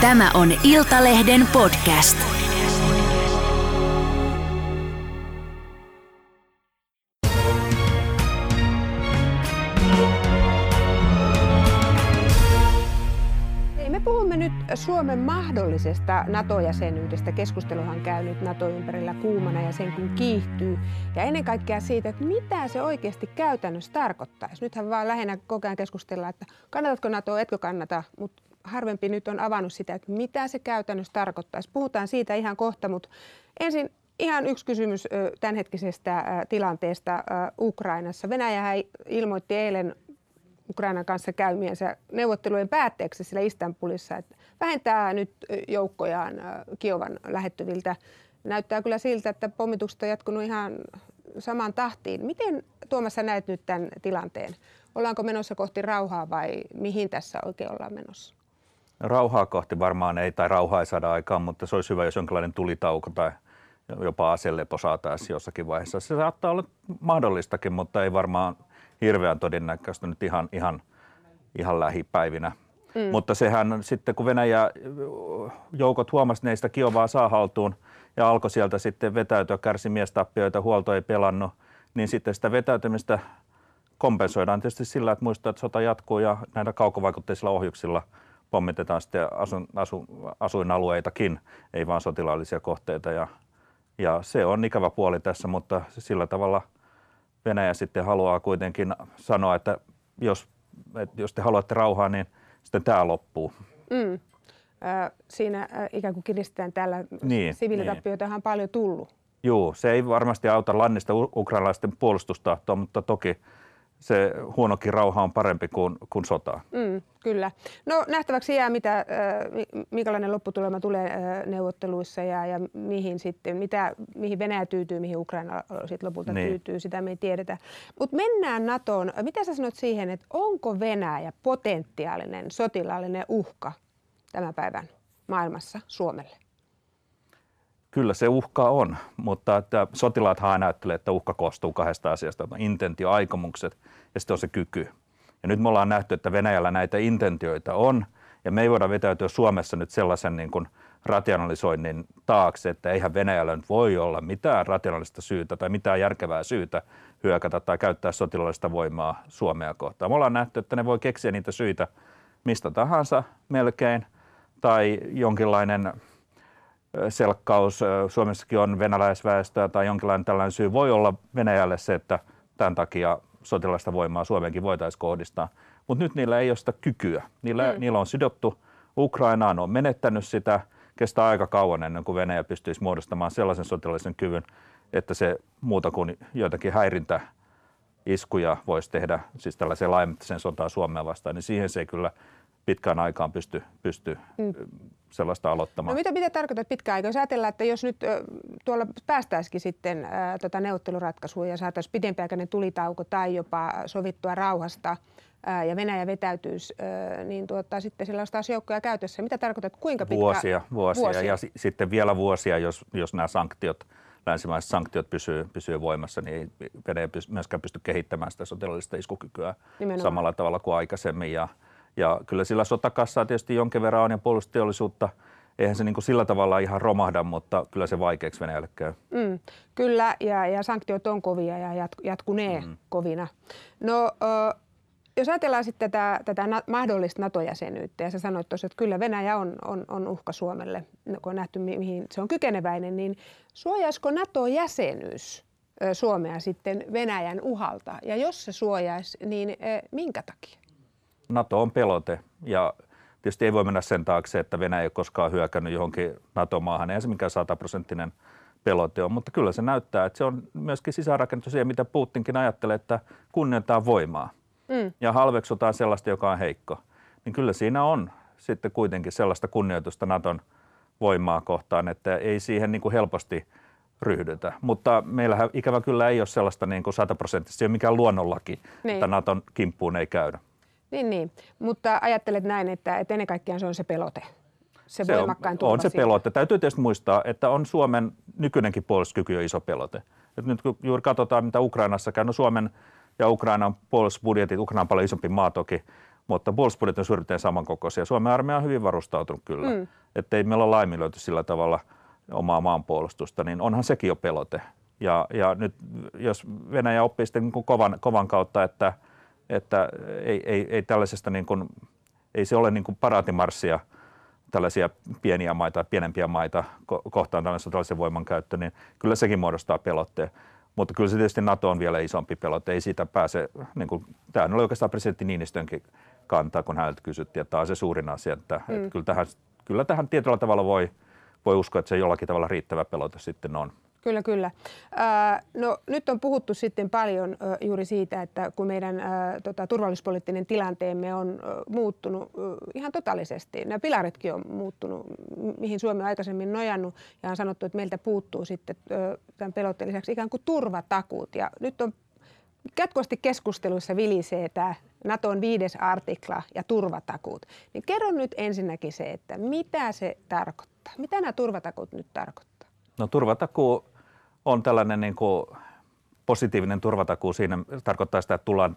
Tämä on Iltalehden podcast. Me puhumme nyt Suomen mahdollisesta NATO-jäsenyydestä. Keskusteluhan käy nyt NATO ympärillä kuumana ja sen kun kiihtyy. Ja ennen kaikkea siitä, että mitä se oikeasti käytännössä tarkoittaisi. Nythän vaan lähinnä koko ajan keskustellaan, että kannatatko NATOa, etkö kannata, mutta harvempi nyt on avannut sitä, että mitä se käytännössä tarkoittaisi. Puhutaan siitä ihan kohta, mutta ensin ihan yksi kysymys tämänhetkisestä tilanteesta Ukrainassa. Venäjä ilmoitti eilen Ukrainan kanssa käymiensä neuvottelujen päätteeksi sillä Istanbulissa, että vähentää nyt joukkojaan Kiovan lähettyviltä. Näyttää kyllä siltä, että pommitukset on jatkunut ihan samaan tahtiin. Miten, Tuomas, sä näet nyt tämän tilanteen? Ollaanko menossa kohti rauhaa vai mihin tässä oikein ollaan menossa? Rauhaa kohti varmaan ei, tai rauhaa ei saada aikaan, mutta se olisi hyvä, jos jonkinlainen tulitauko tai jopa aselepo saataisiin jossakin vaiheessa. Se saattaa olla mahdollistakin, mutta ei varmaan hirveän todennäköistä nyt ihan lähipäivinä. Mutta sehän sitten, kun Venäjä joukot huomasi, ne sitä Kiovaa saa haltuun ja alkoi sieltä sitten vetäytyä, kärsi miestappioita, huolto ei pelannut, niin sitten sitä vetäytymistä kompensoidaan tietysti sillä, että muistaa, että sota jatkuu ja näillä kaukovaikutteisilla ohjuksilla pommitetaan sitten asuinalueitakin, ei vaan sotilaallisia kohteita. Ja se on ikävä puoli tässä, mutta sillä tavalla Venäjä sitten haluaa kuitenkin sanoa, että jos te haluatte rauhaa, niin sitten tämä loppuu. Siinä ikään kuin kiristetään täällä. Siviilitappioita on paljon tullut. Joo, se ei varmasti auta lannista ukrainalaisten puolustustahtoa, mutta toki se huonokin rauha on parempi kuin sota. Kyllä. No nähtäväksi jää, minkälainen lopputulema tulee neuvotteluissa ja mihin Venäjä tyytyy, mihin Ukraina sit lopulta tyytyy, sitä me ei tiedetä. Mutta mennään NATOon. Mitä sä sanot siihen, että onko Venäjä potentiaalinen sotilaallinen uhka tämän päivän maailmassa Suomelle? Kyllä se uhka on, mutta että sotilaathan aina ajattelee, että uhka koostuu kahdesta asiasta, intentio, aikomukset ja sitten on se kyky. Ja nyt me ollaan nähty, että Venäjällä näitä intentioita on ja me ei voida vetäytyä Suomessa nyt sellaisen niin kuin rationalisoinnin taakse, että eihän Venäjällä nyt voi olla mitään rationaalista syytä tai mitään järkevää syytä hyökätä tai käyttää sotilaallista voimaa Suomea kohtaan. Me ollaan nähty, että ne voi keksiä niitä syitä mistä tahansa melkein tai jonkinlainen selkkaus, Suomessakin on venäläisväestöä tai jonkinlainen tällainen syy, voi olla Venäjälle se, että tämän takia sotilaista voimaa Suomeenkin voitaisiin kohdistaa. Mutta nyt niillä ei ole sitä kykyä. Niillä on sidottu Ukrainaan, on menettänyt sitä, kestää aika kauan ennen kuin Venäjä pystyisi muodostamaan sellaisen sotilaisen kyvyn, että se muuta kuin joitakin häirintäiskuja voisi tehdä, siis tällaisen laajamittaisen sotaa Suomea vastaan, niin siihen se ei kyllä pitkään aikaan pysty sellaista aloittamaan. No mitä tarkoitat pitkään aikaa? Jos ajatellaan, että jos nyt tuolla päästäisikin sitten neuvotteluratkaisuun ja saataisiin pidempiaikainen tulitauko tai jopa sovittua rauhasta ja Venäjä vetäytyisi, niin sitten sillä olisi taas joukkoja käytössä. Mitä tarkoitat? Kuinka pitkään? Vuosia. Ja sitten vielä vuosia, jos nämä sanktiot, länsimaiset sanktiot pysyy voimassa, niin ei Venäjä myöskään pysty kehittämään sitä sotilaallista iskukykyä samalla tavalla kuin aikaisemmin. Ja kyllä sillä sotakassaa tietysti jonkin verran on ja puolustusteollisuutta. Eihän se niin kuin sillä tavalla ihan romahda, mutta kyllä se vaikeaksi Venäjälle käy. Kyllä, ja sanktiot on kovia ja jatkunee kovina. No, jos ajatellaan sitten tätä mahdollista NATO-jäsenyyttä, ja sä sanoit tuossa, että kyllä Venäjä on uhka Suomelle, kun on nähty mihin se on kykeneväinen, niin suojaisiko NATO-jäsenyys Suomea sitten Venäjän uhalta? Ja jos se suojaisi, niin minkä takia? NATO on pelote ja tietysti ei voi mennä sen taakse, että Venäjä ei ole koskaan hyökännyt johonkin NATO-maahan. Eihän se mikään 100% pelote on, mutta kyllä se näyttää, että se on myöskin sisäänrakennettu siihen, mitä Putinkin ajattelee, että kunnioitetaan voimaa ja halveksutaan sellaista, joka on heikko. Niin kyllä siinä on sitten kuitenkin sellaista kunnioitusta NATOn voimaa kohtaan, että ei siihen niin kuin helposti ryhdytä. Mutta meillähän ikävä kyllä ei ole sellaista niin kuin 100%, se ei ole mikään luonnonlaki, että NATOn kimppuun ei käydä. Niin, mutta ajattelet näin, että ennen kaikkea se on se pelote, se voimakkain turva. On se pelote. Täytyy tietysti muistaa, että on Suomen nykyinenkin puolustuskyky jo iso pelote. Et nyt kun juuri katsotaan, mitä Ukrainassa käy, no Suomen ja Ukrainan puolustusbudjetit, Ukraina on paljon isompi maa toki, mutta puolustusbudjetit on suurin piirtein samankokoisia. Suomen armeija on hyvin varustautunut kyllä, että ei meillä ole laiminlyöty sillä tavalla omaa maanpuolustusta, niin onhan sekin jo pelote. Ja nyt jos Venäjä oppii sitten niin kovan kautta, että ei tällaisesta niin kuin, ei se ole niin kuin paraatimarssia tällaisia pieniä maita, pienempiä maita kohtaan tällaisen voiman käyttö, niin kyllä sekin muodostaa pelotteen. Mutta kyllä se tietysti NATO on vielä isompi pelote. Ei siitä pääse, niin kuin, tämä oli oikeastaan presidentti Niinistönkin kantaa, kun häneltä kysyttiin, että tämä on se suurin asia. Että kyllä tähän tietyllä tavalla voi uskoa, että se jollakin tavalla riittävä pelote sitten on. Kyllä. No, nyt on puhuttu sitten paljon juuri siitä, että kun meidän turvallisuuspoliittinen tilanteemme on muuttunut ihan totaalisesti. Nämä pilaritkin on muuttunut, mihin Suomi on aikaisemmin nojannut, ja on sanottu, että meiltä puuttuu sitten tämän pelotteen lisäksi ikään kuin turvatakuut. Ja nyt on jatkuvasti keskusteluissa vilisee tämä Naton 5. artikla ja turvatakuut. Niin kerro nyt ensinnäkin se, että mitä se tarkoittaa? Mitä nämä turvatakuut nyt tarkoittaa? No, turvatakuu on tällainen niin kuin positiivinen turvatakuu. Siinä tarkoittaa sitä, että tullaan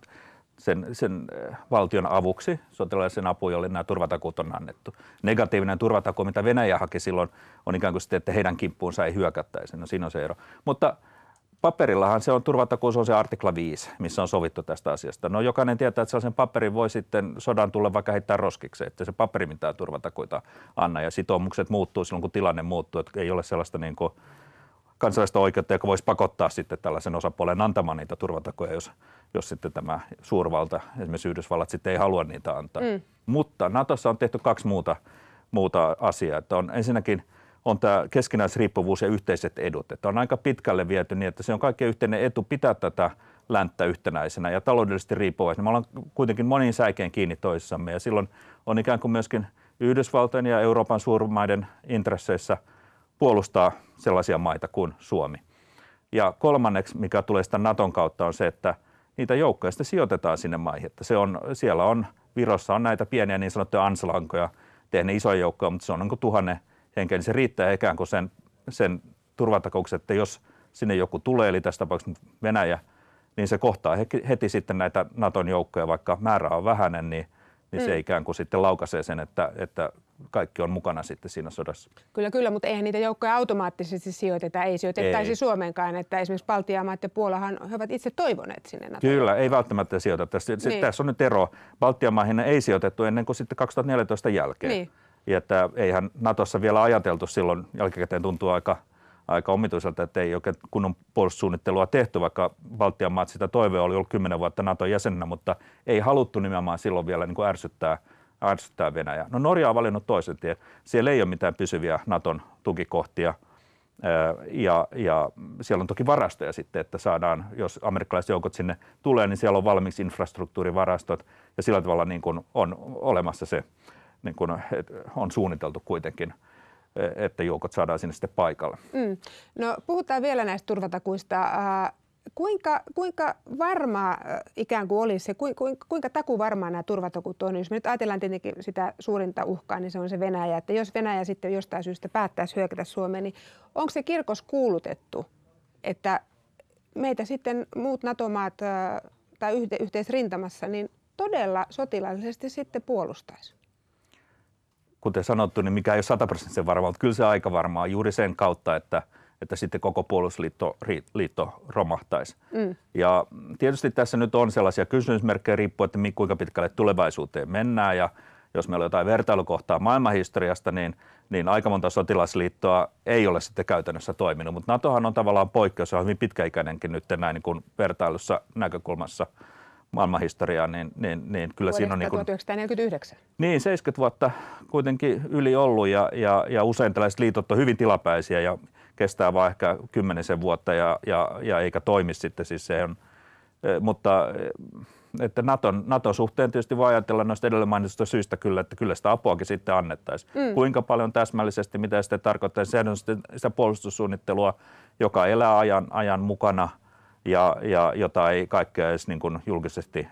sen valtion avuksi, sotilaallisen apuun, jolle nämä turvatakuut on annettu. Negatiivinen turvatakuu, mitä Venäjä haki silloin, on ikään kuin sitten, että heidän kimppuunsa ei hyökättäisi. No, siinä on se ero. Mutta paperillahan se on turvatakuu, se on se artikla 5, missä on sovittu tästä asiasta. No, jokainen tietää, että sellaisen paperin voi sitten sodan tulla vaikka heittää roskiksi, että se paperi mitään turvatakuita anna ja sitoumukset muuttuu silloin, kun tilanne muuttuu, että ei ole sellaista niin kuin kansallista oikeutta, joka voisi pakottaa sitten tällaisen osapuolen antamaan niitä turvatakuja, jos sitten tämä suurvalta, esimerkiksi Yhdysvallat, sitten ei halua niitä antaa. Mutta Natossa on tehty 2 muuta asiaa. Että ensinnäkin on tämä keskinäisriippuvuus ja yhteiset edut. Että on aika pitkälle viety niin, että se on kaikkien yhteinen etu pitää tätä länttä yhtenäisenä ja taloudellisesti riippuvaisena. Me ollaan kuitenkin monin säikeen kiinni toisissamme ja silloin on ikään kuin myöskin Yhdysvaltojen ja Euroopan suurmaiden intresseissä puolustaa sellaisia maita kuin Suomi. Ja kolmanneksi, mikä tulee sitä Naton kautta, on se, että niitä joukkoja sitten sijoitetaan sinne maihin. Että siellä on, Virossa on näitä pieniä niin sanottuja anslankoja, tehneet isoja joukkoja, mutta se on niin kuin 1000 henkeä, niin se riittää ikään kuin sen turvatakuuksen, että jos sinne joku tulee, eli tässä tapauksessa Venäjä, niin se kohtaa heti sitten näitä Naton joukkoja, vaikka määrä on vähäinen, niin se ikään kuin sitten laukaisee sen, että kaikki on mukana sitten siinä sodassa. Kyllä, mutta eihän niitä joukkoja automaattisesti sijoiteta, ei sijoitettaisi Suomeenkaan, että esimerkiksi Baltian maat ja Puolahan he ovat itse toivoneet sinne Natoon. Kyllä, ei välttämättä sijoiteta. Tässä on nyt ero. Baltian maihin ei sijoitettu ennen kuin sitten 2014 jälkeen. Niin. Ja että eihän Natossa vielä ajateltu silloin, jälkikäteen tuntuu aika omituiselta, että ei oikein kunnon puolustussuunnittelua tehty, vaikka Baltian maat sitä toivoa oli ollut 10 vuotta Naton jäsenenä, mutta ei haluttu nimenomaan silloin vielä niin kuin ärsyttää Venäjää. No, Norja on valinnut toisen tien. Siellä ei ole mitään pysyviä Naton tukikohtia ja siellä on toki varastoja sitten, että saadaan, jos amerikkalaiset joukot sinne tulee, niin siellä on valmiiksi infrastruktuurivarastot ja sillä tavalla niin kuin on olemassa se, niin kuin on suunniteltu kuitenkin, että joukot saadaan sinne sitten paikalle. No, puhutaan vielä näistä turvatakuista. Kuinka varmaa ikään kuin olisi se, kuinka takuvarmaa nämä turvatakuut on? Jos me nyt ajatellaan tietenkin sitä suurinta uhkaa, niin se on se Venäjä. Että jos Venäjä sitten jostain syystä päättäisi hyökätä Suomeen, niin onko se kirkos kuulutettu, että meitä sitten muut NATO-maat tai yhteisrintamassa niin todella sotilaallisesti sitten puolustaisi? Kuten sanottu, niin mikä ei ole 100% varmaa, mutta kyllä se aika varmaa juuri sen kautta, että sitten koko puolustusliitto romahtaisi. Ja tietysti tässä nyt on sellaisia kysymysmerkkejä riippuen, että kuinka pitkälle tulevaisuuteen mennään. Ja jos meillä on jotain vertailukohtaa maailmanhistoriasta, niin aika monta sotilasliittoa ei ole sitten käytännössä toiminut. Mutta NATOhan on tavallaan poikkeus, se on hyvin pitkäikäinenkin nyt näin niin kuin vertailussa näkökulmassa maailmanhistoriaan, niin kyllä siinä on... 1949. Niin, 70 vuotta kuitenkin yli ollut ja usein tällaiset liitot on hyvin tilapäisiä ja kestää vaan ehkä 10 vuotta ja eikä toimi sitten. Siis se on, mutta että Naton suhteen tietysti voi ajatella noista edellä mainitusta syistä kyllä, että kyllä sitä apuakin sitten annettaisiin. Kuinka paljon täsmällisesti, mitä sitten tarkoittaa, se on sitten sitä puolustussuunnittelua, joka elää ajan mukana ja jota ei kaikkea edes niin kuin julkisesti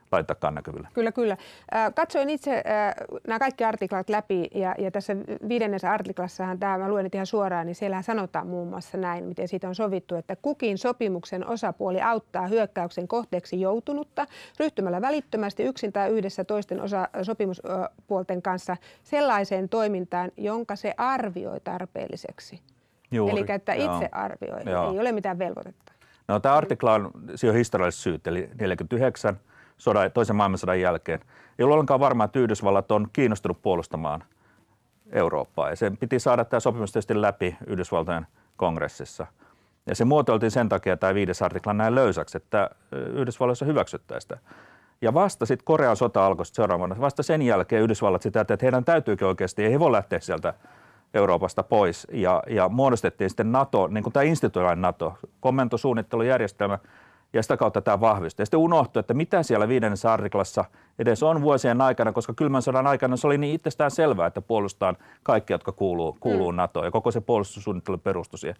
laittaa näkyville. Kyllä. Katsoin itse nämä kaikki artiklat läpi ja tässä 5. artiklassahan tämä, mä luen nyt ihan suoraan, niin siellä sanotaan muun muassa näin, miten siitä on sovittu, että kukin sopimuksen osapuoli auttaa hyökkäyksen kohteeksi joutunutta ryhtymällä välittömästi yksin tai yhdessä toisten sopimuspuolten kanssa sellaiseen toimintaan, jonka se arvioi tarpeelliseksi. Juuri, eli että itse arvioi, ei ole mitään velvoitetta. No, tämä artikla on historialliset syyt, eli 49 toisen maailmansodan jälkeen. Ei ollut ollenkaan varmaa, että Yhdysvallat on kiinnostunut puolustamaan Eurooppaa. Ja sen piti saada tämä sopimus tietysti läpi Yhdysvaltojen kongressissa. Ja se muotoiltiin sen takia tämä 5. artikla näin löysäksi, että Yhdysvalloissa hyväksyttäisiin sitä. Ja vasta sitten Korean sota alkoi seuraavana. Vasta sen jälkeen Yhdysvallat sitä, että heidän täytyykin oikeasti, ei he voi lähteä sieltä Euroopasta pois. Ja muodostettiin sitten NATO, niin kuin tämä institutionaalinen NATO, komentosuunnittelujärjestelmä, ja sitä kautta tämä vahvistui. Ja sitten unohtui, että mitä siellä 5. artiklassa edes on vuosien aikana, koska kylmän sodan aikana se oli niin itsestään selvää, että puolustetaan kaikki, jotka kuuluu NATOon. Ja koko se puolustussuunnittelu perustui siihen.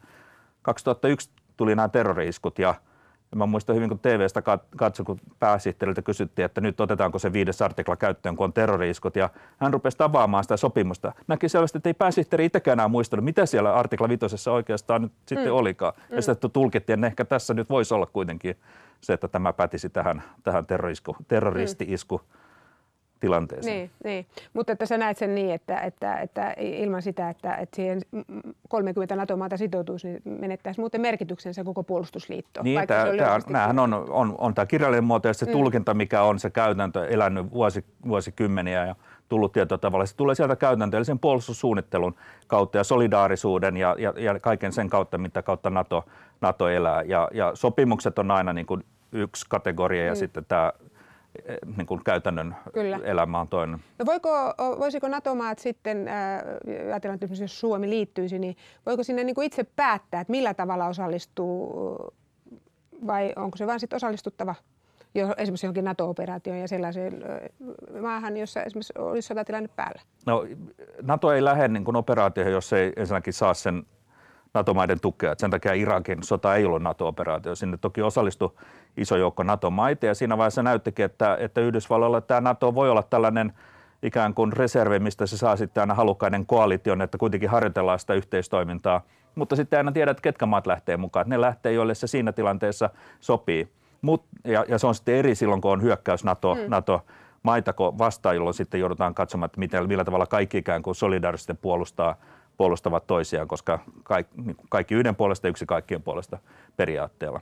2001 tuli nämä terrori-iskut ja mä muistan hyvin, kun TV:stä katsoin, kun pääsihteeriltä kysyttiin, että nyt otetaanko se 5. artikla käyttöön, kun on terrori-iskut. Ja hän rupesi tavaamaan sitä sopimusta. Näki selvästi, että ei pääsihteeri itsekään enää muistanut, mitä siellä artikla 5 oikeastaan nyt sitten olikaan. Ja sitten tulkittiin, että ehkä tässä nyt voisi olla kuitenkin se, että tämä pätisi tähän terroristi-isku tilanteeseen. Niin. Mutta että sä näet sen niin, että ilman sitä, että siihen 30 NATO-maata sitoutuisi, niin menettäisi muuten merkityksensä koko puolustusliitto. Niin, nämähän on tämä kirjallinen muoto ja se tulkinta, mikä on se käytäntö elänyt vuosikymmeniä ja tullut tietyllä tavalla. Se tulee sieltä käytäntöön, puolustussuunnittelun kautta ja solidaarisuuden ja kaiken sen kautta, mitä kautta NATO elää. Ja sopimukset on aina niin kuin yksi kategoria ja sitten tämä niin kuin käytännön elämä on toinen. No voisiko NATO-maat sitten, ajatellaan, että jos Suomi liittyisi, niin voiko sinne niin kuin itse päättää, että millä tavalla osallistuu, vai onko se vain sitten osallistuttava esimerkiksi johonkin NATO-operaatioon ja sellaiseen maahan, jossa esimerkiksi olisi sotatilanne päällä? No, NATO ei lähde niin kuin operaatioihin, jos ei ensinnäkin saa sen NATO-maiden tukea. Sen takia Irakin sota ei ollut NATO-operaatio. Sinne toki osallistui iso joukko NATO-maita ja siinä vaiheessa näyttikin, että Yhdysvalloilla tämä NATO voi olla tällainen ikään kuin reservi, mistä se saa sitten aina halukkaiden koalition, että kuitenkin harjoitellaan sitä yhteistoimintaa. Mutta sitten aina tiedät, että ketkä maat lähtee mukaan. Että ne lähtee, joille se siinä tilanteessa sopii. Ja se on sitten eri silloin, kun on hyökkäys NATO-maita vastaan, jolloin sitten joudutaan katsomaan, että millä tavalla kaikki ikään kuin solidaarisesti puolustavat toisiaan, koska kaikki yhden puolesta ja yksi kaikkien puolesta periaatteella.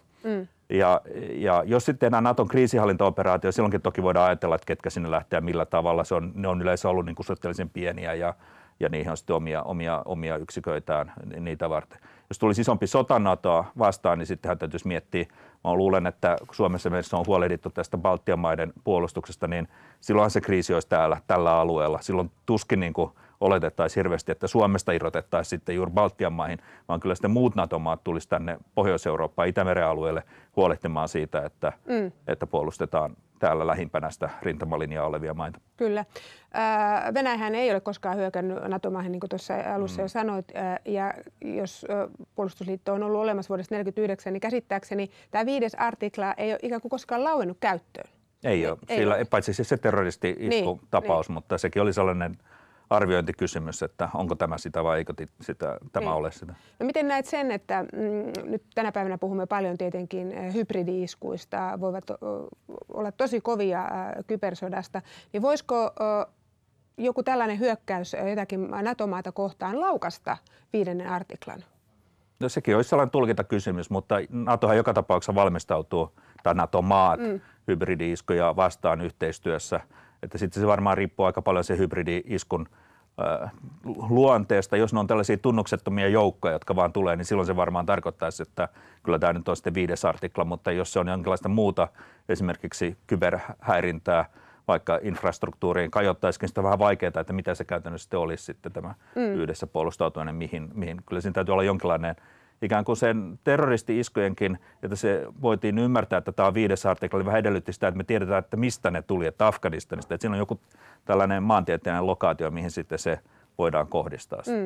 Ja jos sitten nämä Naton kriisinhallintaoperaatio, silloinkin toki voidaan ajatella, että ketkä sinne lähtee ja millä tavalla. Ne on yleensä ollut niin kuin suhteellisen pieniä ja niihin on sitten omia yksiköitään niitä varten. Jos tulisi isompi sota NATOa vastaan, niin sittenhän täytyisi miettiä. Mä luulen, että Suomessa meissä on huolehdittu tästä Baltian maiden puolustuksesta, niin silloinhan se kriisi olisi tällä alueella. Silloin tuskin niin kuin oletettaisiin hirveästi, että Suomesta irrotettaisiin sitten juuri Baltian maihin, vaan kyllä sitten muut NATO-maat tulisi tänne Pohjois-Eurooppaan, Itämeren alueelle huolehtimaan siitä, että puolustetaan täällä lähimpänä sitä rintamalinjaa olevia maita. Kyllä. Venäjähän ei ole koskaan hyökännyt NATO-maihin, niin kuin tuossa alussa jo sanoit, ja jos puolustusliitto on ollut olemassa vuodesta 1949, niin käsittääkseni tämä 5. artikla ei ole ikään kuin koskaan lauennut käyttöön. Ei ole, paitsi siis se terroristi-isku-tapaus, mutta sekin oli sellainen arviointikysymys, että onko tämä sitä vai eikö tämä ole sitä. No miten näet sen, että nyt tänä päivänä puhumme paljon tietenkin hybridi-iskuista, voivat olla tosi kovia kybersodasta, niin voisiko joku tällainen hyökkäys jotakin NATO-maata kohtaan laukasta 5. artiklan? No sekin olisi sellainen tulkintakysymys, mutta NATOhan joka tapauksessa valmistautuu, tai NATO-maat hybridi-iskuja vastaan yhteistyössä. Että sitten se varmaan riippuu aika paljon se hybridi-iskun luonteesta. Jos ne on tällaisia tunnuksettomia joukkoja, jotka vaan tulee, niin silloin se varmaan tarkoittaisi, että kyllä tämä nyt on sitten 5. artikla, mutta jos se on jonkinlaista muuta, esimerkiksi kyberhäirintää, vaikka infrastruktuuriin kajottaisikin, sitä on vähän vaikeaa, että mitä se käytännössä sitten olisi sitten tämä yhdessä puolustautuminen, mihin. Kyllä siinä täytyy olla jonkinlainen ikään kuin sen terroristi-iskujenkin, että se voitiin ymmärtää, että tämä on 5. artikla, niin vähän edellytti sitä, että me tiedetään, että mistä ne tuli, että Afganistanista. Että siinä on joku tällainen maantieteellinen lokaatio, mihin sitten se voidaan kohdistaa sitä.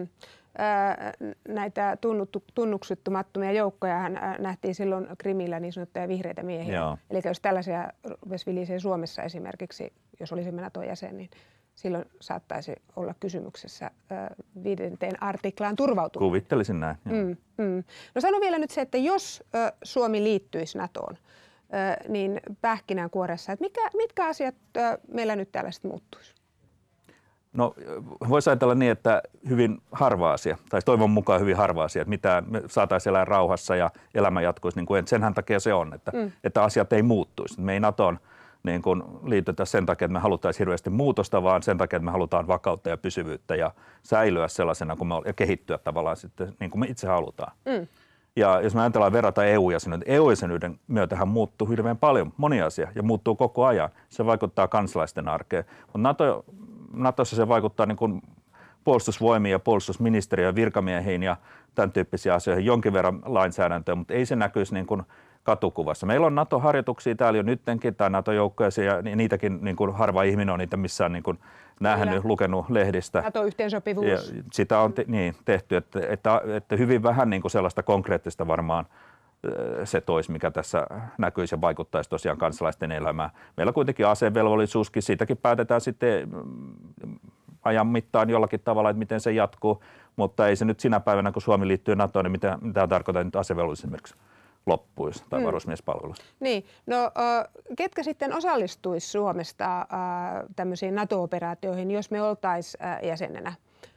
Näitä tunnuksettomattomia joukkojahan nähtiin silloin Krimillä niin sanottuja vihreitä miehiä. Joo. Eli jos tällaisia vilisee Suomessa esimerkiksi, jos olisimme NATO-jäsen, niin silloin saattaisi olla kysymyksessä 5. artiklaan turvautuminen. Kuvittelisin näin. No sano vielä nyt se, että jos Suomi liittyisi NATOon, niin pähkinänkuoressa, että mitkä asiat meillä nyt tällaiset muuttuisi? No voisi ajatella niin, että hyvin harva asia, tai toivon mukaan hyvin harva asia, että mitään me saataisiin elää rauhassa ja elämä jatkuisi niin kuin senhän takia se on, että asiat ei muuttuisi. Me ei NATOon niin kuin liitytä sen takia, että me halutaan hirveästi muutosta, vaan sen takia, että me halutaan vakautta ja pysyvyyttä ja säilyä sellaisena ja kehittyä tavallaan sitten niin kuin me itse halutaan. Ja jos me ajatellaan verrata EU-jäsenyyden, EU-jäsenyyden myötähän muuttuu hirveän paljon moni asia ja muuttuu koko ajan. Se vaikuttaa kansalaisten arkeen, mutta NATOssa se vaikuttaa niin kuin puolustusvoimiin ja puolustusministeriön ja virkamiehiin ja tämän tyyppisiin asioihin, jonkin verran lainsäädäntöön, mutta ei se näkyisi niin kuin katukuvassa. Meillä on NATO-harjoituksia täällä jo nyttenkin tai NATO-joukkoja ja niitäkin niin kuin harva ihminen on niitä missään niin kuin nähnyt, lukenut lehdistä. NATO-yhteensopivuus. Ja sitä on tehty, että hyvin vähän niin kuin sellaista konkreettista varmaan se toisi, mikä tässä näkyisi ja vaikuttaisi tosiaan kansalaisten elämään. Meillä kuitenkin asevelvollisuuskin, siitäkin päätetään sitten ajan mittaan jollakin tavalla, että miten se jatkuu, mutta ei se nyt sinä päivänä, kun Suomi liittyy NATOon, niin mitä tarkoittaa nyt asevelvollisuus esimerkiksi loppuisi tai varusmiespalvelus. Niin, no ketkä sitten osallistuisi Suomesta tämmöisiin NATO-operaatioihin, jos me oltaisiin jäsenenä?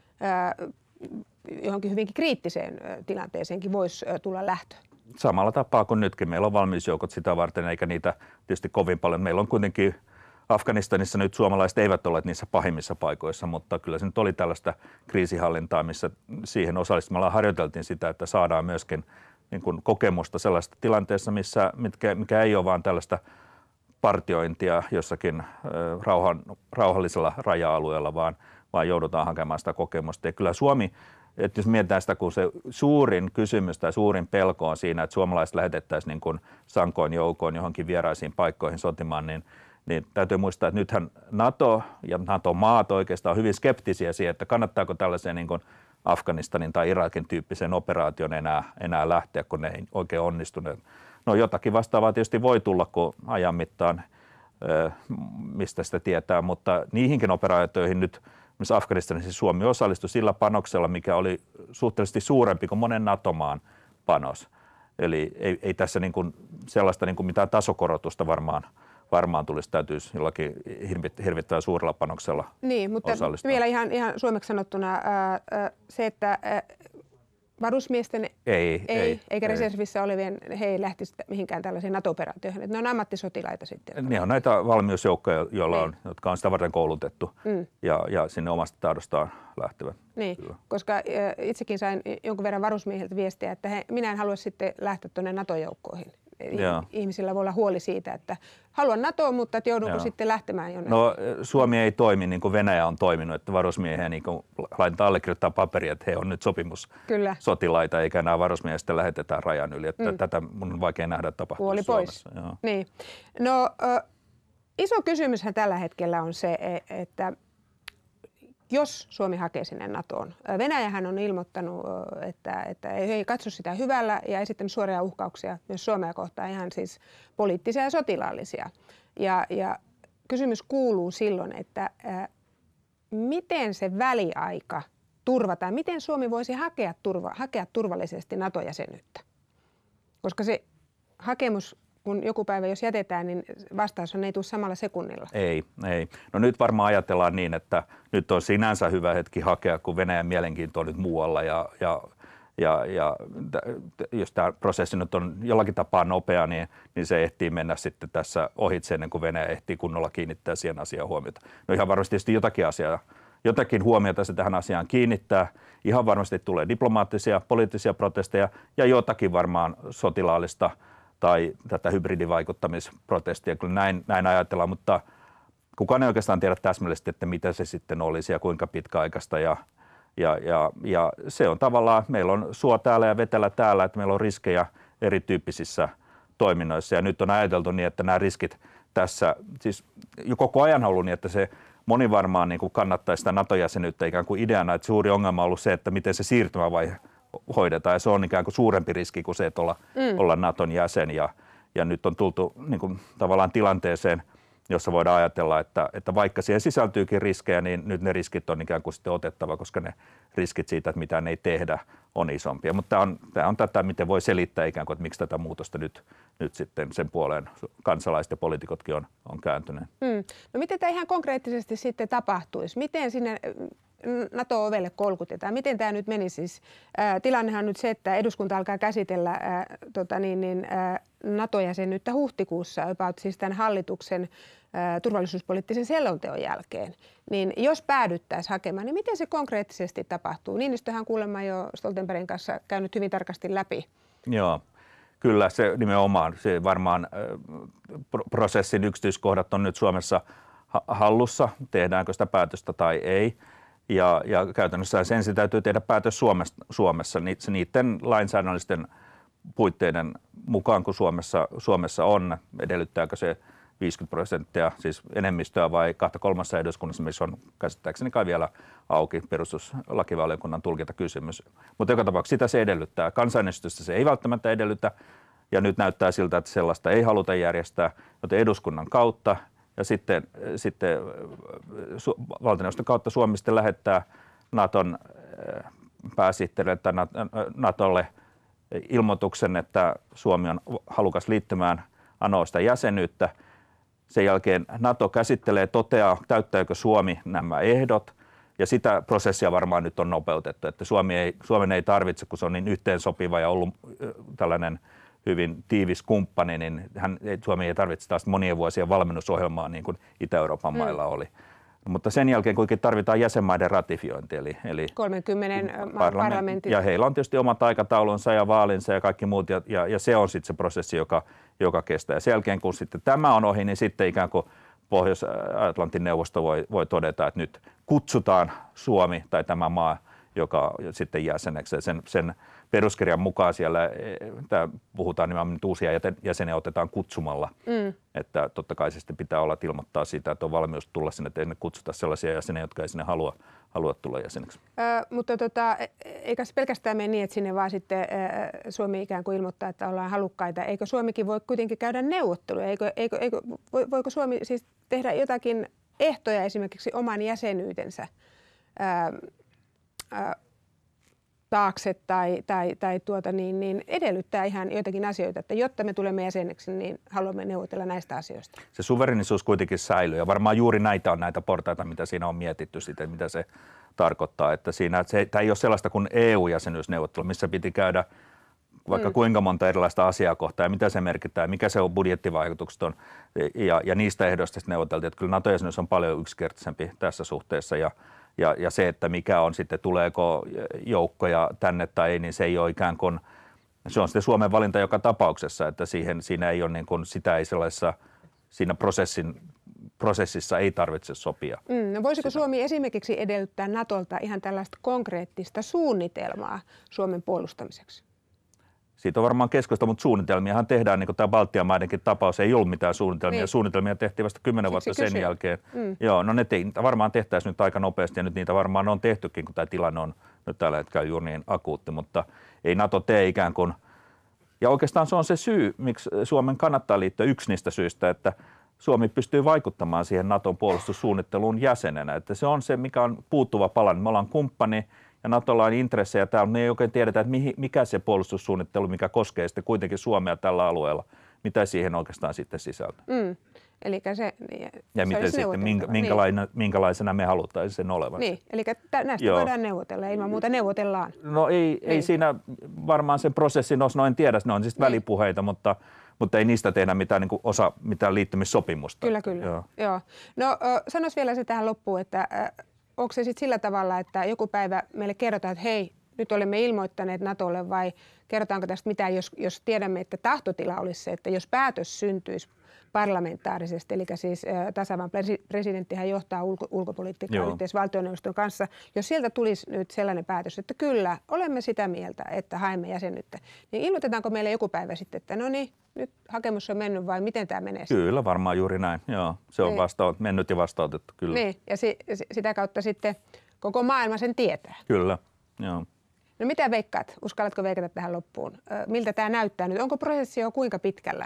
Johonkin hyvinkin kriittiseen tilanteeseenkin voisi tulla lähtö. Samalla tapaa kuin nytkin. Meillä on valmiusjoukot sitä varten, eikä niitä tietysti kovin paljon. Meillä on kuitenkin Afganistanissa nyt suomalaiset eivät ole niissä pahimmissa paikoissa, mutta kyllä se nyt oli tällaista kriisihallintaa, missä siihen osallistumalla harjoiteltiin sitä, että saadaan myöskin niin kuin kokemusta sellaista tilanteessa, mikä ei ole vaan tällaista partiointia jossakin rauhallisella raja-alueella, vaan joudutaan hakemaan sitä kokemusta. Ja kyllä Suomi, että jos mietitään sitä, kun se suurin kysymys tai suurin pelko on siinä, että suomalaiset lähetettäisiin niin kuin sankoin joukoin johonkin vieraisiin paikkoihin sotimaan, niin täytyy muistaa, että nythän NATO ja NATO-maat oikeastaan on hyvin skeptisiä siihen, että kannattaako tällaiseen niin kuin Afganistanin tai Irakin tyyppiseen operaation enää lähteä, kun ne ei oikein onnistuneet. No jotakin vastaavaa tietysti voi tulla, kun ajan mittaan, mistä sitä tietää, mutta niihinkin operaatioihin nyt, missä Afganistanissa Suomi osallistui sillä panoksella, mikä oli suhteellisesti suurempi kuin monen NATO-maan panos. Eli ei tässä niin kuin sellaista niin kuin mitään tasokorotusta varmaan täytyisi jollakin hirvittävän suurella panoksella niin, mutta osallistua. Vielä ihan suomeksi sanottuna se, että varusmiesten eikä reservissä olevien, he ei lähtisi mihinkään tällaisiin NATO-operaatioihin. Ne on ammattisotilaita sitten. Ne on näitä valmiusjoukkoja, jotka on sitä varten koulutettu ja sinne omasta tahdostaan lähtevät. Niin, koska itsekin sain jonkun verran varusmiehiltä viestiä, että minä en halua sitten lähteä tuonne NATO-joukkoihin. Ihmisillä voi olla huoli siitä, että haluan NATOon, mutta että joudunko sitten lähtemään jonnekin. No Suomi ei toimi niin kuin Venäjä on toiminut, että varusmiehiä niin kuin laitetaan allekirjoittaa paperia, että he on nyt sopimussotilaita, eikä enää varusmiehiä sitten lähetetään rajan yli. Että tätä mun on vaikea nähdä tapahtua Puoli Suomessa. Pois. Niin. No iso kysymyshän tällä hetkellä on se, että jos Suomi hakee sinne NATOon. Venäjähän on ilmoittanut, että ei katso sitä hyvällä ja esittänyt suoria uhkauksia myös Suomea kohtaan, ihan siis poliittisia ja sotilaallisia. Ja kysymys kuuluu silloin, että miten se väliaika turvataan, miten Suomi voisi hakea turvallisesti NATO-jäsenyyttä? Koska se hakemus, kun joku päivä jos jätetään, niin vastaus ei tule samalla sekunnilla. Ei. No nyt varmaan ajatellaan niin, että nyt on sinänsä hyvä hetki hakea, kun Venäjän mielenkiinto on nyt muualla ja jos tämä prosessi nyt on jollakin tapaa nopea, niin se ehtii mennä sitten tässä ohitse ennen kuin Venäjä ehtii kunnolla kiinnittää siihen asiaan huomiota. No ihan varmasti jotakin huomiota se tähän asiaan kiinnittää. Ihan varmasti tulee diplomaattisia, poliittisia protesteja ja jotakin varmaan sotilaallista tai tätä hybridivaikuttamisprotestia. Kyllä näin ajatellaan, mutta kukaan ei oikeastaan tiedä täsmällisesti, että mitä se sitten olisi ja kuinka pitkäaikaista. Ja se on tavallaan, meillä on suo täällä ja vetelä täällä, että meillä on riskejä erityyppisissä toiminnoissa. Ja nyt on ajateltu niin, että nämä riskit tässä, siis jo koko ajan ollut niin, että se moni varmaan niin kuin kannattaa sitä NATO-jäsenyyttä ikään kuin ideana, että suuri ongelma on ollut se, että miten se siirtymävaihe hoidetaan, ja se on ikään kuin suurempi riski kuin se, että olla Naton jäsen, ja nyt on tultu niin kuin tavallaan tilanteeseen, jossa voidaan ajatella, että vaikka siihen sisältyykin riskejä, niin nyt ne riskit on ikään kuin sitten otettava, koska ne riskit siitä, että mitään ei tehdä, on isompia. Mutta tämä on tätä, miten voi selittää ikään kuin, että miksi tätä muutosta nyt sitten sen puoleen kansalaiset ja poliitikotkin on kääntyneet. No miten tämä ihan konkreettisesti sitten tapahtuisi? Miten sinne NATO-ovelle kolkutetaan? Miten tämä nyt menisi? Siis, tilannehan on nyt se, että eduskunta alkaa käsitellä NATO-jäsenyyttä huhtikuussa, about siis tämän hallituksen turvallisuuspoliittisen selonteon jälkeen. Niin jos päädyttäisiin hakemaan, niin miten se konkreettisesti tapahtuu? Niinistöhän kuulemma jo Stoltenbergin kanssa käynyt hyvin tarkasti läpi. Joo. Kyllä se nimenomaan, se varmaan prosessin yksityiskohdat on nyt Suomessa hallussa, tehdäänkö sitä päätöstä tai ei. Ja käytännössä sen täytyy tehdä päätös Suomessa niiden lainsäädännöllisten puitteiden mukaan, kun Suomessa on, edellyttääkö se 50%, siis enemmistöä vai 2/3 eduskunnassa, missä on käsittääkseni kai vielä auki perustuslakivaliokunnan tulkintakysymys. Mutta joka tapauksessa sitä se edellyttää. Kansanäänestystä se ei välttämättä edellytä, ja nyt näyttää siltä, että sellaista ei haluta järjestää, joten eduskunnan kautta ja sitten valtioneuvoston kautta Suomi sitten lähettää Naton pääsihteerille tai Natolle ilmoituksen, että Suomi on halukas liittymään anoa sitä jäsenyyttä. Sen jälkeen NATO käsittelee, toteaa, täyttääkö Suomi nämä ehdot, ja sitä prosessia varmaan nyt on nopeutettu, että Suomen ei tarvitse, kun se on niin yhteensopiva ja ollut tällainen hyvin tiivis kumppani, niin Suomi ei tarvitse taas monien vuosien valmennusohjelmaa niin kuin Itä-Euroopan mailla oli. Mutta sen jälkeen kuitenkin tarvitaan jäsenmaiden ratifiointi, eli 30 parlamentit. Ja heillä on tietysti omat aikataulunsa ja vaalinsa ja kaikki muut, ja se on sitten se prosessi, joka kestää. Ja sen jälkeen, kun sitten tämä on ohi, niin sitten ikään kuin Pohjois-Atlantin neuvosto voi todeta, että nyt kutsutaan Suomi tai tämä maa, joka sitten jäseneksi. Sen peruskirjan mukaan siellä puhutaan nimenomaan, että uusia jäseniä otetaan kutsumalla. Että totta kai se sitten pitää olla, että ilmoittaa siitä, että on valmius tulla sinne, että ei kutsuta sellaisia jäseniä, jotka ei sinne halua tulla jäseneksi. Mutta eikä se pelkästään mene niin, että sinne vaan sitten Suomi ikään kuin ilmoittaa, että ollaan halukkaita. Eikö Suomikin voi kuitenkin käydä neuvotteluja? Voiko Suomi siis tehdä jotakin ehtoja esimerkiksi oman jäsenyytensä taakse tai edellyttää ihan joitakin asioita, että jotta me tulemme jäseneksi, niin haluamme neuvotella näistä asioista. Se suverenisuus kuitenkin säilyy, ja varmaan juuri näitä on näitä portaita, mitä siinä on mietitty sitten, mitä se tarkoittaa, että tämä ei ole sellaista kuin EU-jäsenyysneuvottelu, missä piti käydä vaikka kuinka monta erilaista asiakohtaa ja mitä se merkitään, mikä se on budjettivaikutukset on, ja niistä ehdoista neuvoteltiin, että kyllä NATO-jäsenyys on paljon yksinkertaisempi tässä suhteessa, ja se, että mikä on sitten, tuleeko joukkoja tänne tai ei, niin se ei ole ikään kuin, se on sitten Suomen valinta joka tapauksessa, että siinä ei ole niin kuin, sitä ei sellaisessa, siinä prosessissa ei tarvitse sopia. No voisiko Suomi esimerkiksi edellyttää Natolta ihan tällaista konkreettista suunnitelmaa Suomen puolustamiseksi? Siitä on varmaan keskusta, mutta suunnitelmiahan tehdään, niin kuin tämä Baltian maidenkin tapaus, ei ollut mitään suunnitelmia. Niin. Suunnitelmia tehtiin vasta 10 vuotta sen jälkeen. Joo, no ne varmaan tehtäisiin nyt aika nopeasti, ja nyt niitä varmaan on tehtykin, kun tämä tilanne on nyt tällä hetkellä juuri niin akuutti, mutta ei NATO tee ikään kuin. Ja oikeastaan se on se syy, miksi Suomen kannattaa liittyä, yksi niistä syistä, että Suomi pystyy vaikuttamaan siihen Naton puolustussuunnitteluun jäsenenä. Että se on se, mikä on puuttuva pala. Me ollaan kumppani, ja Natolla on intressejä täällä, mutta me ei oikein tiedetä, että mikä se puolustussuunnittelu, mikä koskee sitten kuitenkin Suomea tällä alueella, mitä siihen oikeastaan sitten sisältää. Eli se, ja miten sitten, minkälaisena me haluttaisiin sen olevan. Niin, eli näistä voidaan neuvotella ja ilman muuta neuvotellaan. No ei siinä varmaan sen prosessin en tiedä, ne on siis välipuheita, mutta ei niistä tehdä mitään, niin mitään liittymissopimusta. Kyllä. Joo. No sanois vielä se tähän loppuun, että onko se sitten sillä tavalla, että joku päivä meille kerrotaan, että hei, nyt olemme ilmoittaneet Natolle, vai kerrotaanko tästä mitään, jos tiedämme, että tahtotila olisi se, että jos päätös syntyisi parlamentaarisesti, eli siis tasavallan presidenttihän johtaa ulkopolitiikkaa yhteensä valtioneuvoston kanssa. Jos sieltä tulisi nyt sellainen päätös, että kyllä, olemme sitä mieltä, että haemme jäsenyyttä, niin ilmoitetaanko meille joku päivä sitten, että no niin, nyt hakemus on mennyt vai miten tämä menee? Kyllä, varmaan juuri näin. Joo, se on mennyt ja vastautettu, kyllä. Niin, ja sitä kautta sitten koko maailma sen tietää. Kyllä, joo. No mitä veikkaat? Uskallatko veikata tähän loppuun? Miltä tämä näyttää nyt? Onko prosessi jo kuinka pitkällä?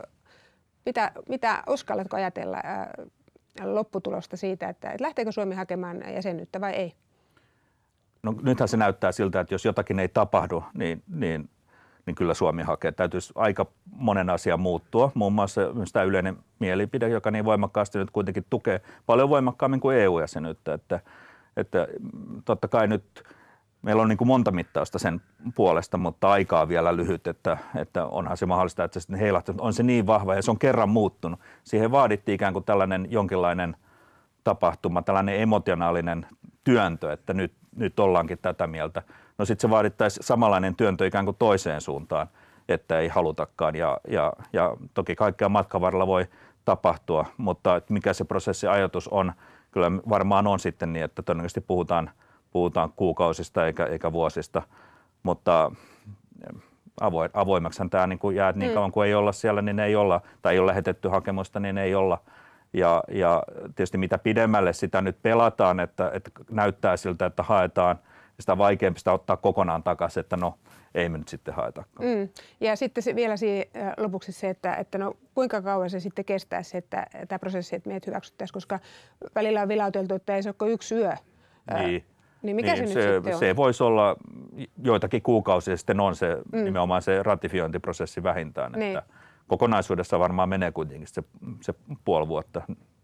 Mitä uskallatko ajatella lopputulosta siitä, että lähteekö Suomi hakemaan jäsenyyttä vai ei? No nythän se näyttää siltä, että jos jotakin ei tapahdu, niin kyllä Suomi hakee. Täytyisi aika monen asian muuttua. Muun muassa tämä yleinen mielipide, joka niin voimakkaasti nyt kuitenkin tukee paljon voimakkaammin kuin EU-jäsenyyttä. Että totta kai nyt meillä on niin kuin monta mittausta sen puolesta, mutta aikaa on vielä lyhyt, että onhan se mahdollista, että se sitten heilahtaa. On se niin vahva ja se on kerran muuttunut. Siihen vaadittiin ikään kuin tällainen jonkinlainen tapahtuma, tällainen emotionaalinen työntö, että nyt ollaankin tätä mieltä. No sitten se vaadittaisi samanlainen työntö ikään kuin toiseen suuntaan, että ei halutakaan. Ja toki kaikkea matkan varrella voi tapahtua, mutta mikä se prosessin ajatus on, kyllä varmaan on sitten niin, että todennäköisesti puhutaan kuukausista eikä vuosista, mutta avoimeksihan tämä niin kuin jää, niin kauan kuin ei olla siellä, niin ei olla, tai ei ole lähetetty hakemusta, niin ei olla. Ja tietysti mitä pidemmälle sitä nyt pelataan, että näyttää siltä, että haetaan, sitä vaikeampi sitä ottaa kokonaan takaisin, että no ei me nyt sitten haetakaan. Ja sitten vielä lopuksi se, että no kuinka kauan se sitten kestäisi, että tämä prosessi, että meidät hyväksyttäisiin, koska välillä on vilauteltu, että ei se ole kuin yksi yö. Niin mikä se nyt sitten on? Se voisi olla joitakin kuukausia ja sitten on se nimenomaan se ratifiointiprosessi vähintään. Niin. Että kokonaisuudessa varmaan menee kuitenkin se puoli vuotta.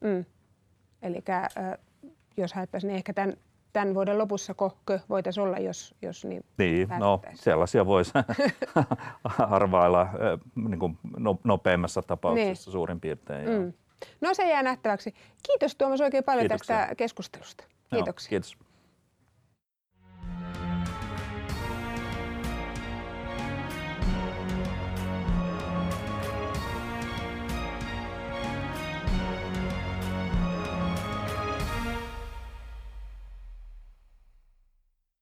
Eli jos haettaisiin, niin ehkä tämän vuoden lopussa voitaisiin olla, jos niin no sellaisia voisi arvailla niin kuin nopeammassa tapauksessa suurin piirtein. No se jää nähtäväksi. Kiitos Tuomas oikein paljon tästä keskustelusta. Kiitoksia. Kiitos.